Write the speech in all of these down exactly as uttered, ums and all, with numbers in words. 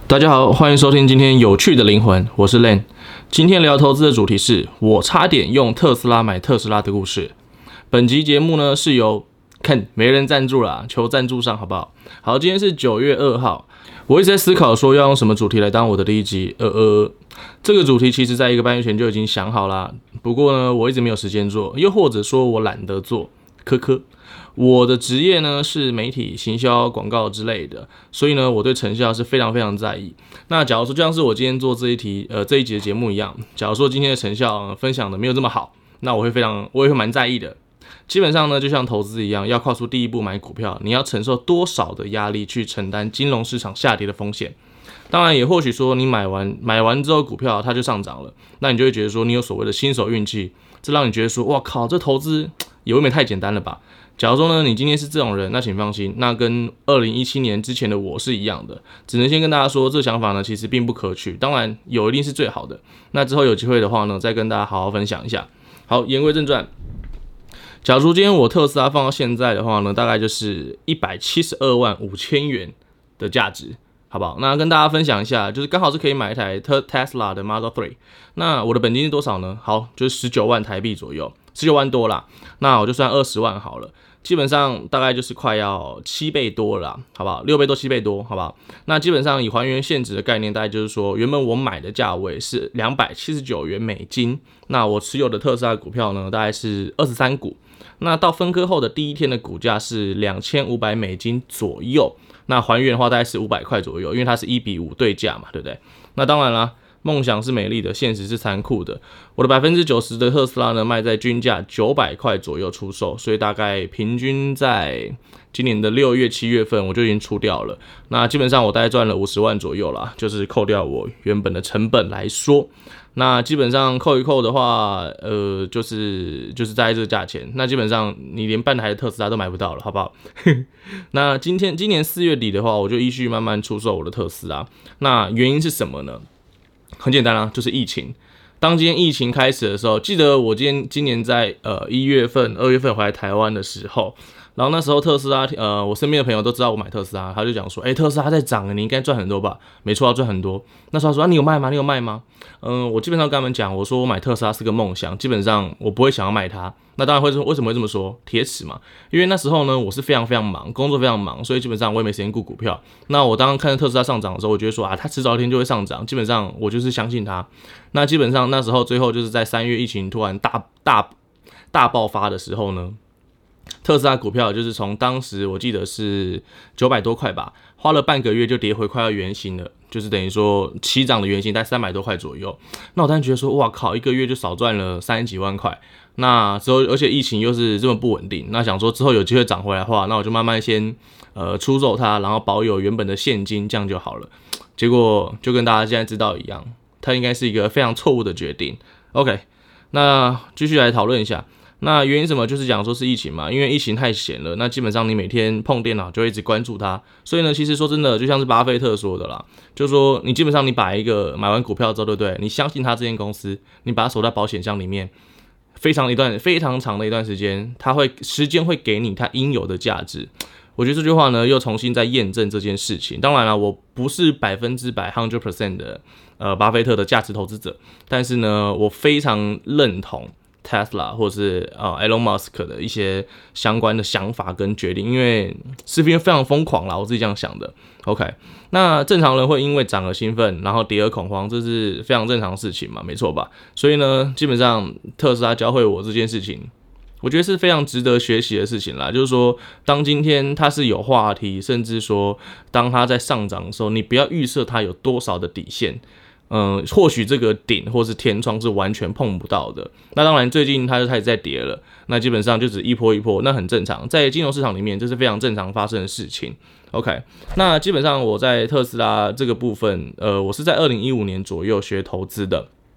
大家好，欢迎收听今天有趣的灵魂，我是 Len。今天聊投资的主题是我差点用特斯拉买特斯拉的故事。本集节目呢是由看没人赞助啦，求赞助上好不好？好，今天是九月二号，我一直在思考说要用什么主题来当我的第一集。呃呃，这个主题其实在一个半月前就已经想好啦，不过呢，我一直没有时间做，又或者说我懒得做，科科。我的职业呢是媒体、行销、广告之类的，所以呢，我对成效是非常非常在意。那假如说就像是我今天做这一题，呃，这一集的节目一样，假如说今天的成效、呃、分享的没有这么好，那我会非常，我也会蛮在意的。基本上呢，就像投资一样，要跨出第一步买股票，你要承受多少的压力去承担金融市场下跌的风险？当然，也或许说你买完买完之后股票它就上涨了，那你就会觉得说你有所谓的新手运气，这让你觉得说，哇靠，这投资也未免太简单了吧？假如说呢，你今天是这种人，那请放心，那跟二零一七年之前的我是一样的。只能先跟大家说，这个想法呢其实并不可取，当然有一定是最好的。那之后有机会的话呢，再跟大家好好分享一下。好，言归正传。假如今天我特斯拉放到现在的话呢，大概就是一百七十二万五千元的价值，好不好？那跟大家分享一下，就是刚好是可以买一台 Tesla 的 Model 三。那我的本金是多少呢？好，就是十九万台币左右，十九万多啦。那我就算二十万好了。基本上大概就是快要七倍多了啦，好不好？六倍多七倍多，好不好？那基本上以还原现值的概念，大概就是说，原本我买的价位是两百七十九元美金，那我持有的特斯拉股票呢，大概是二十三股。那到分割后的第一天的股价是两千五百美金左右，那还原的话大概是五百块左右，因为它是一比五对价嘛，对不对？那当然啦。梦想是美丽的，现实是残酷的。我的 百分之九十 的特斯拉呢，卖在均价九百块左右出售，所以大概平均在今年的六月、七月份我就已经出掉了。那基本上我大概赚了五十万左右啦，就是扣掉我原本的成本来说，那基本上扣一扣的话，呃，就是就是在这个价钱。那基本上你连半台的特斯拉都买不到了，好不好？那今天今年四月底的话，我就依序慢慢出售我的特斯拉。那原因是什么呢？很简单啦、啊，就是疫情。当今天疫情开始的时候，记得我今天今年在呃一月份、二月份回来台湾的时候，然后那时候特斯拉，呃，我身边的朋友都知道我买特斯拉，他就讲说，哎、欸，特斯拉在涨，你应该赚很多吧？没错，要赚很多。那时候他说、啊，你有卖吗？你有卖吗？嗯、呃，我基本上跟他们讲，我说我买特斯拉是个梦想，基本上我不会想要卖它。那当然会为什么会这么说？铁齿嘛，因为那时候呢，我是非常非常忙，工作非常忙，所以基本上我也没时间顾股票。那我当看到特斯拉上涨的时候，我觉得说啊，它迟早一天就会上涨，基本上我就是相信它。那基本上那时候最后就是在三月疫情突然大大大爆发的时候呢。特斯拉股票就是从当时我记得是九百多块吧，花了半个月就跌回快要原形了，就是等于说起涨的原形在三百多块左右。那我当时觉得说，哇靠，一个月就少赚了三十几万块。那之后而且疫情又是这么不稳定，那想说之后有机会涨回来的话，那我就慢慢先呃出售它，然后保有原本的现金，这样就好了。结果就跟大家现在知道一样，它应该是一个非常错误的决定。OK， 那继续来讨论一下。那原因什么？就是讲说是疫情嘛，因为疫情太闲了，那基本上你每天碰电脑就会一直关注它，所以呢，其实说真的，就像是巴菲特说的啦，就是说你基本上你把一个买完股票之后，对不对？你相信它这间公司，你把它锁在保险箱里面，非常一段非常长的一段时间，它会时间会给你它应有的价值。我觉得这句话呢，又重新在验证这件事情。当然了，我不是百分之百 hundred percent 的呃巴菲特的价值投资者，但是呢，我非常认同。Tesla 或是呃 Elon Musk 的一些相关的想法跟决定，因为是非常疯狂啦，我自己这样想的。OK， 那正常人会因为涨而兴奋，然后跌而恐慌，这是非常正常的事情嘛，没错吧？所以呢，基本上特斯拉教会我这件事情，我觉得是非常值得学习的事情啦。就是说，当今天它是有话题，甚至说当它在上涨的时候，你不要预设它有多少的底线。嗯，或许这个顶或是天窗是完全碰不到的。那当然，最近它就开始在跌了，那基本上就只一波一波，那很正常。在金融市场里面，这是非常正常发生的事情。OK， 那基本上我在特斯拉这个部分，呃，我是在二零一五年左右学投资的。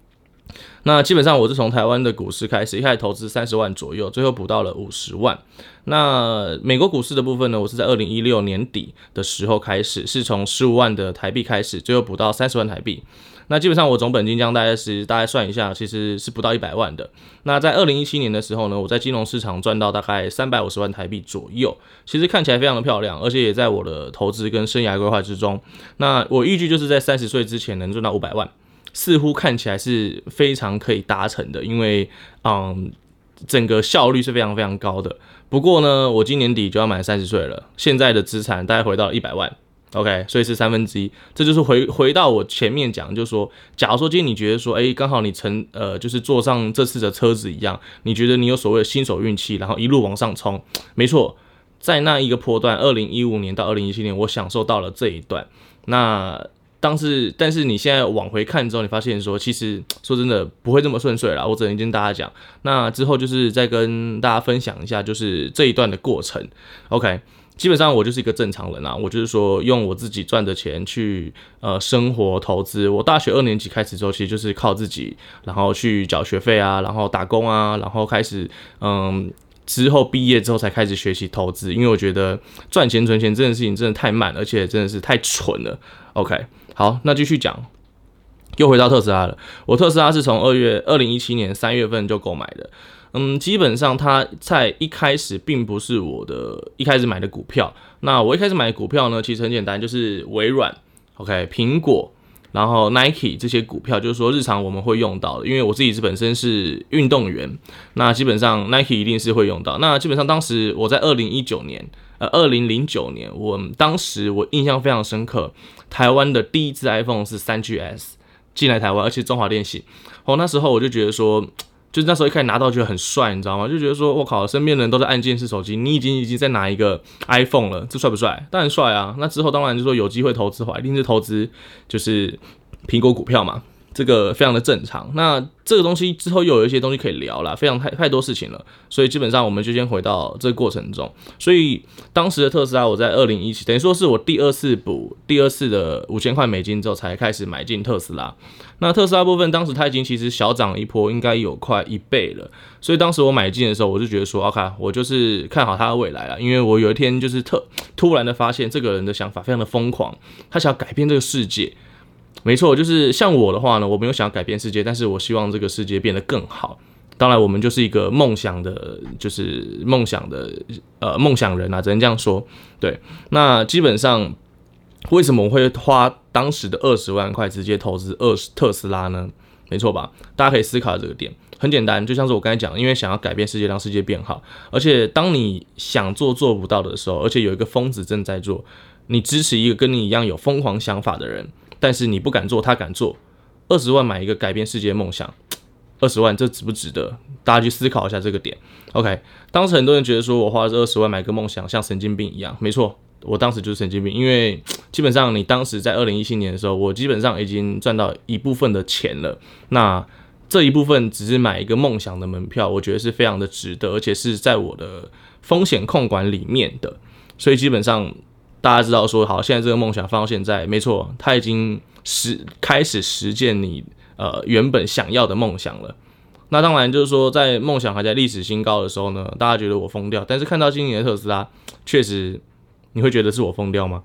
那基本上我是从台湾的股市开始，一开始投资三十万左右，最后补到了五十万。那美国股市的部分呢，我是在二零一六年底的时候开始，是从十五万的台币开始，最后补到三十万台币。那基本上我总本金将大概是大概算一下，其实是不到一百万的。那在二零一七年的时候呢，我在金融市场赚到大概三百五十万台币左右，其实看起来非常的漂亮，而且也在我的投资跟生涯规划之中。那我预计就是在三十岁之前能赚到五百万。似乎看起来是非常可以达成的，因为嗯，整个效率是非常非常高的。不过呢，我今年底就要满三十岁了，现在的资产大概回到一百万 ，OK， 所以是三分之一。这就是回回到我前面讲，就是说，假如说今天你觉得说，哎，刚好你乘呃，就是坐上这次的车子一样，你觉得你有所谓的新手运气，然后一路往上冲，没错，在那一个波段，二零一五年到二零一七年，我享受到了这一段。那当时，但是你现在往回看之后，你发现说，其实说真的不会这么顺遂啦。我只能跟大家讲，那之后就是再跟大家分享一下，就是这一段的过程。OK， 基本上我就是一个正常人啊，我就是说用我自己赚的钱去呃生活投资。我大学二年级开始之后，其实就是靠自己，然后去缴学费啊，然后打工啊，然后开始嗯。之后毕业之后才开始学习投资，因为我觉得赚钱存钱这件事情真的太慢，而且真的是太蠢了。OK， 好，那继续讲，又回到特斯拉了。我特斯拉是从二月二零一七年三月份就购买的，嗯，基本上它在一开始并不是我的一开始买的股票。那我一开始买的股票呢，其实很简单，就是微软 ，OK， 苹果。然后 Nike 这些股票，就是说日常我们会用到的，因为我自己是本身是运动员，那基本上 Nike 一定是会用到。那基本上当时我在二零一九年，呃，二零零九年，我当时我印象非常深刻，台湾的第一支 iPhone 是 三 G S 进来台湾，而且中华电信。哦，那时候我就觉得说。就是那时候一开始拿到觉得很帅，你知道吗？就觉得说，我靠，身边的人都在按键式手机，你已经已经在拿一个 iPhone 了，这帅不帅？当然帅啊！那之后当然就说有机会投资的话，一定是投资就是苹果股票嘛，这个非常的正常。那这个东西之后又有一些东西可以聊啦，非常太太多事情了，所以基本上我们就先回到这个过程中。所以当时的特斯拉，我在二零一七，等于说是我第二次补第二次的五千块美金之后，才开始买进特斯拉。那特斯拉部分，当时它已经其实小涨一波，应该有快一倍了。所以当时我买进的时候，我就觉得说 ，OK， 我就是看好它的未来了。因为我有一天就是特突然的发现，这个人的想法非常的疯狂，他想要改变这个世界。没错，就是像我的话呢，我没有想要改变世界，但是我希望这个世界变得更好。当然，我们就是一个梦想的，就是梦想的呃梦想人啊，只能这样说。对，那基本上。为什么我会花当时的二十万块直接投资二特斯拉呢？没错吧？大家可以思考这个点，很简单，就像是我刚才讲的，因为想要改变世界，让世界变好，而且当你想做做不到的时候，而且有一个疯子正在做，你支持一个跟你一样有疯狂想法的人，但是你不敢做，他敢做，二十万买一个改变世界的梦想，二十万这值不值得？大家去思考一下这个点。OK， 当时很多人觉得说我花了二十万买个梦想，像神经病一样，没错。我当时就是神经病，因为基本上你当时在二零一七年的时候，我基本上已经赚到一部分的钱了。那这一部分只是买一个梦想的门票，我觉得是非常的值得，而且是在我的风险控管里面的。所以基本上大家知道说，好，现在这个梦想放到现在，没错，它已经实开始实践你呃原本想要的梦想了。那当然就是说，在梦想还在历史新高的时候呢，大家觉得我疯掉，但是看到今年的特斯拉，确实。你会觉得是我疯掉吗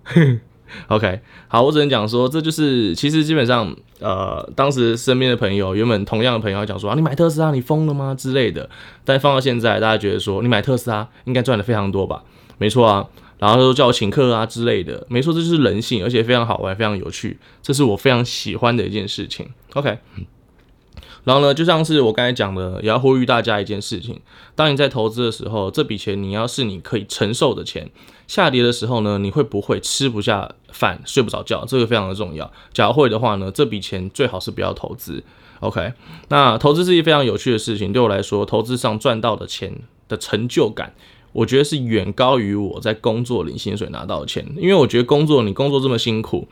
？OK， 好，我只能讲说，这就是其实基本上，呃，当时身边的朋友，原本同样的朋友讲说啊，你买特斯拉，你疯了吗之类的。但放到现在，大家觉得说，你买特斯拉应该赚的非常多吧？没错啊，然后都叫我请客啊之类的。没错，这就是人性，而且非常好玩，非常有趣，这是我非常喜欢的一件事情。OK。然后呢，就像是我刚才讲的，也要呼吁大家一件事情：当你在投资的时候，这笔钱你要是你可以承受的钱，下跌的时候呢，你会不会吃不下饭、睡不着觉？这个非常的重要。假如会的话呢，这笔钱最好是不要投资。OK， 那投资是一件非常有趣的事情。对我来说，投资上赚到的钱的成就感，我觉得是远高于我在工作领薪水拿到的钱。因为我觉得工作你工作这么辛苦，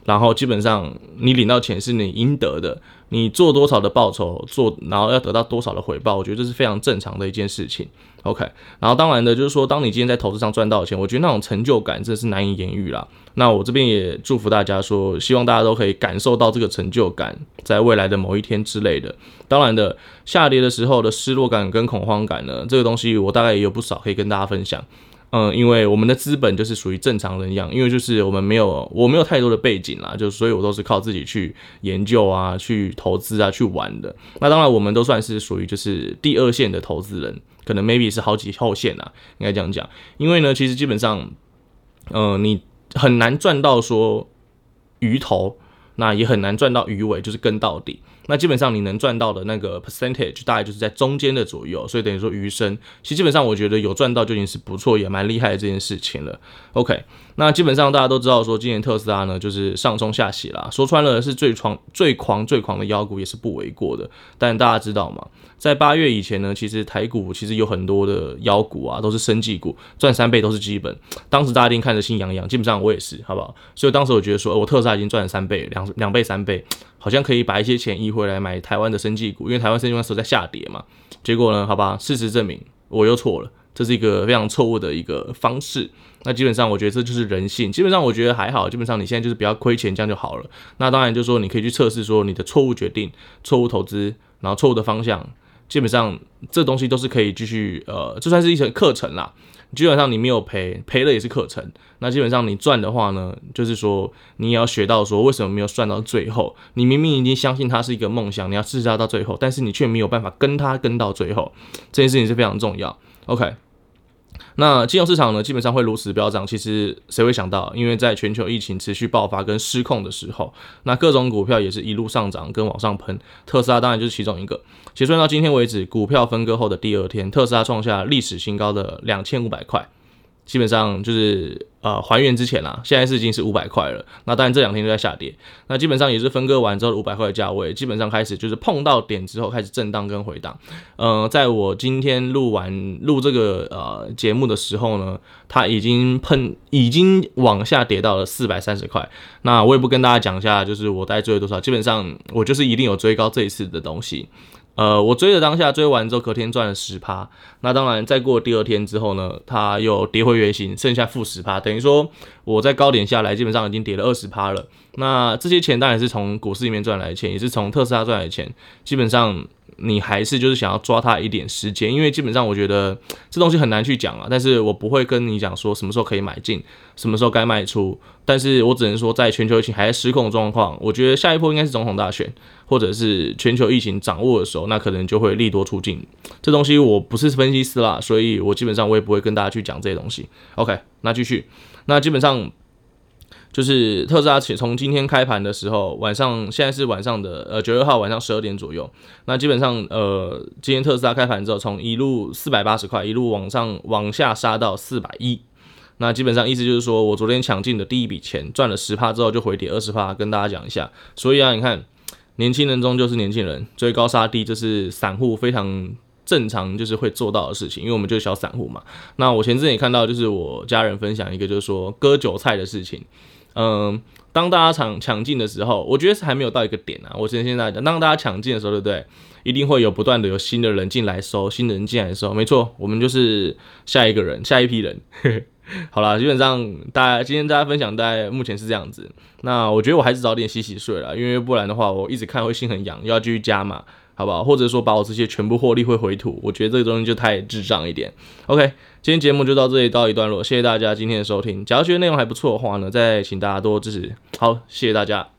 然后基本上你领到钱是你应得的，你做多少的报酬做，然后要得到多少的回报，我觉得这是非常正常的一件事情。OK， 然后当然的就是说，当你今天在投资上赚到的钱，我觉得那种成就感真的是难以言喻啦。那我这边也祝福大家说，希望大家都可以感受到这个成就感，在未来的某一天之类的。当然的，下跌的时候的失落感跟恐慌感呢，这个东西我大概也有不少可以跟大家分享。嗯，因为我们的资本就是属于正常人一样，因为就是我们没有我没有太多的背景啦，就所以我都是靠自己去研究啊、去投资啊、去玩的。那当然，我们都算是属于就是第二线的投资人，可能 maybe 是好几后线啊，应该这样讲。因为呢，其实基本上，呃，你很难赚到说鱼头，那也很难赚到鱼尾，就是跟到底。那基本上你能赚到的那个 percentage 大概就是在中间的左右，所以等于说余生，其实基本上我觉得有赚到就已经是不错，也蛮厉害的这件事情了。OK， 那基本上大家都知道说，今年特斯拉呢就是上冲下洗啦，说穿了是最狂、最狂、最狂的妖股，也是不为过的。但大家知道嘛，在八月以前呢，其实台股其实有很多的妖股啊，都是生技股，赚三倍都是基本。当时大家一定看着心痒痒，基本上我也是，好不好？所以当时我觉得说，我特斯拉已经赚了三倍，两两倍、三倍。好像可以把一些钱移回来买台湾的生技股，因为台湾生技股那时候在下跌嘛。结果呢，好吧，事实证明我又错了，这是一个非常错误的一个方式。那基本上我觉得这就是人性，基本上我觉得还好，基本上你现在就是不要亏钱，这样就好了。那当然就是说你可以去测试说你的错误决定、错误投资，然后错误的方向，基本上这东西都是可以继续呃，这算是一层课程啦。基本上你没有赔，赔了也是课程。那基本上你赚的话呢，就是说你也要学到说为什么没有赚到最后。你明明已经相信它是一个梦想，你要支持它到最后，但是你却没有办法跟它跟到最后，这件事情是非常重要。OK。那金融市场呢，基本上会如此飙涨，其实谁会想到？因为在全球疫情持续爆发跟失控的时候，那各种股票也是一路上涨跟往上喷，特斯拉当然就是其中一个。结算到今天为止，股票分割后的第二天，特斯拉创下历史新高的两千五百块，基本上就是呃还原之前啦，现在是已经是五百块了。那当然这两天都在下跌，那基本上也是分割完之后的五百块的价位，基本上开始就是碰到点之后开始震荡跟回档。呃，在我今天录完录这个呃节目的时候呢，它已经喷已经往下跌到了四百三十块。那我也不跟大家讲一下，就是我大概追了多少，基本上我就是一定有追高这一次的东西。呃，我追的当下追完之后，隔天赚了 百分之十。那当然，再过第二天之后呢，它又跌回原形，剩下负 百分之十， 等于说我在高点下来，基本上已经跌了 百分之二十 了。那这些钱当然是从股市里面赚来的钱，也是从特斯拉赚来的钱。基本上你还是就是想要抓它一点时间，因为基本上我觉得这东西很难去讲啊。但是我不会跟你讲说什么时候可以买进，什么时候该卖出。但是我只能说，在全球疫情还在失控的状况，我觉得下一波应该是总统大选，或者是全球疫情掌握的时候，那可能就会利多出尽。这东西我不是分析师啦，所以我基本上我也不会跟大家去讲这些东西。OK， 那继续，那基本上就是特斯拉从今天开盘的时候，晚上现在是晚上的呃九月二号晚上十二点左右。那基本上呃今天特斯拉开盘之后，从一路四百八十块一路往上往下杀到四百一。那基本上意思就是说我昨天抢进的第一笔钱赚了 百分之十 之后就回跌 百分之二十， 跟大家讲一下。所以啊，你看年轻人终究是年轻人，追高杀低，这是散户非常正常就是会做到的事情，因为我们就是小散户嘛。那我前阵也看到，就是我家人分享一个，就是说割韭菜的事情。嗯，当大家抢抢进的时候，我觉得是还没有到一个点啊。我之前现在讲，当大家抢进的时候，对不对？一定会有不断的有新的人进来收，新的人进来收。没错，我们就是下一个人，下一批人。好啦，基本上大家今天大家分享大概目前是这样子。那我觉得我还是早点洗洗睡啦，因为不然的话，我一直看会心很痒，又要继续加码，好不好？或者说把我这些全部获利会回吐，我觉得这个东西就太智障一点。OK， 今天节目就到这里到一段落，谢谢大家今天的收听。假如觉得内容还不错的话呢，再请大家多支持。好，谢谢大家。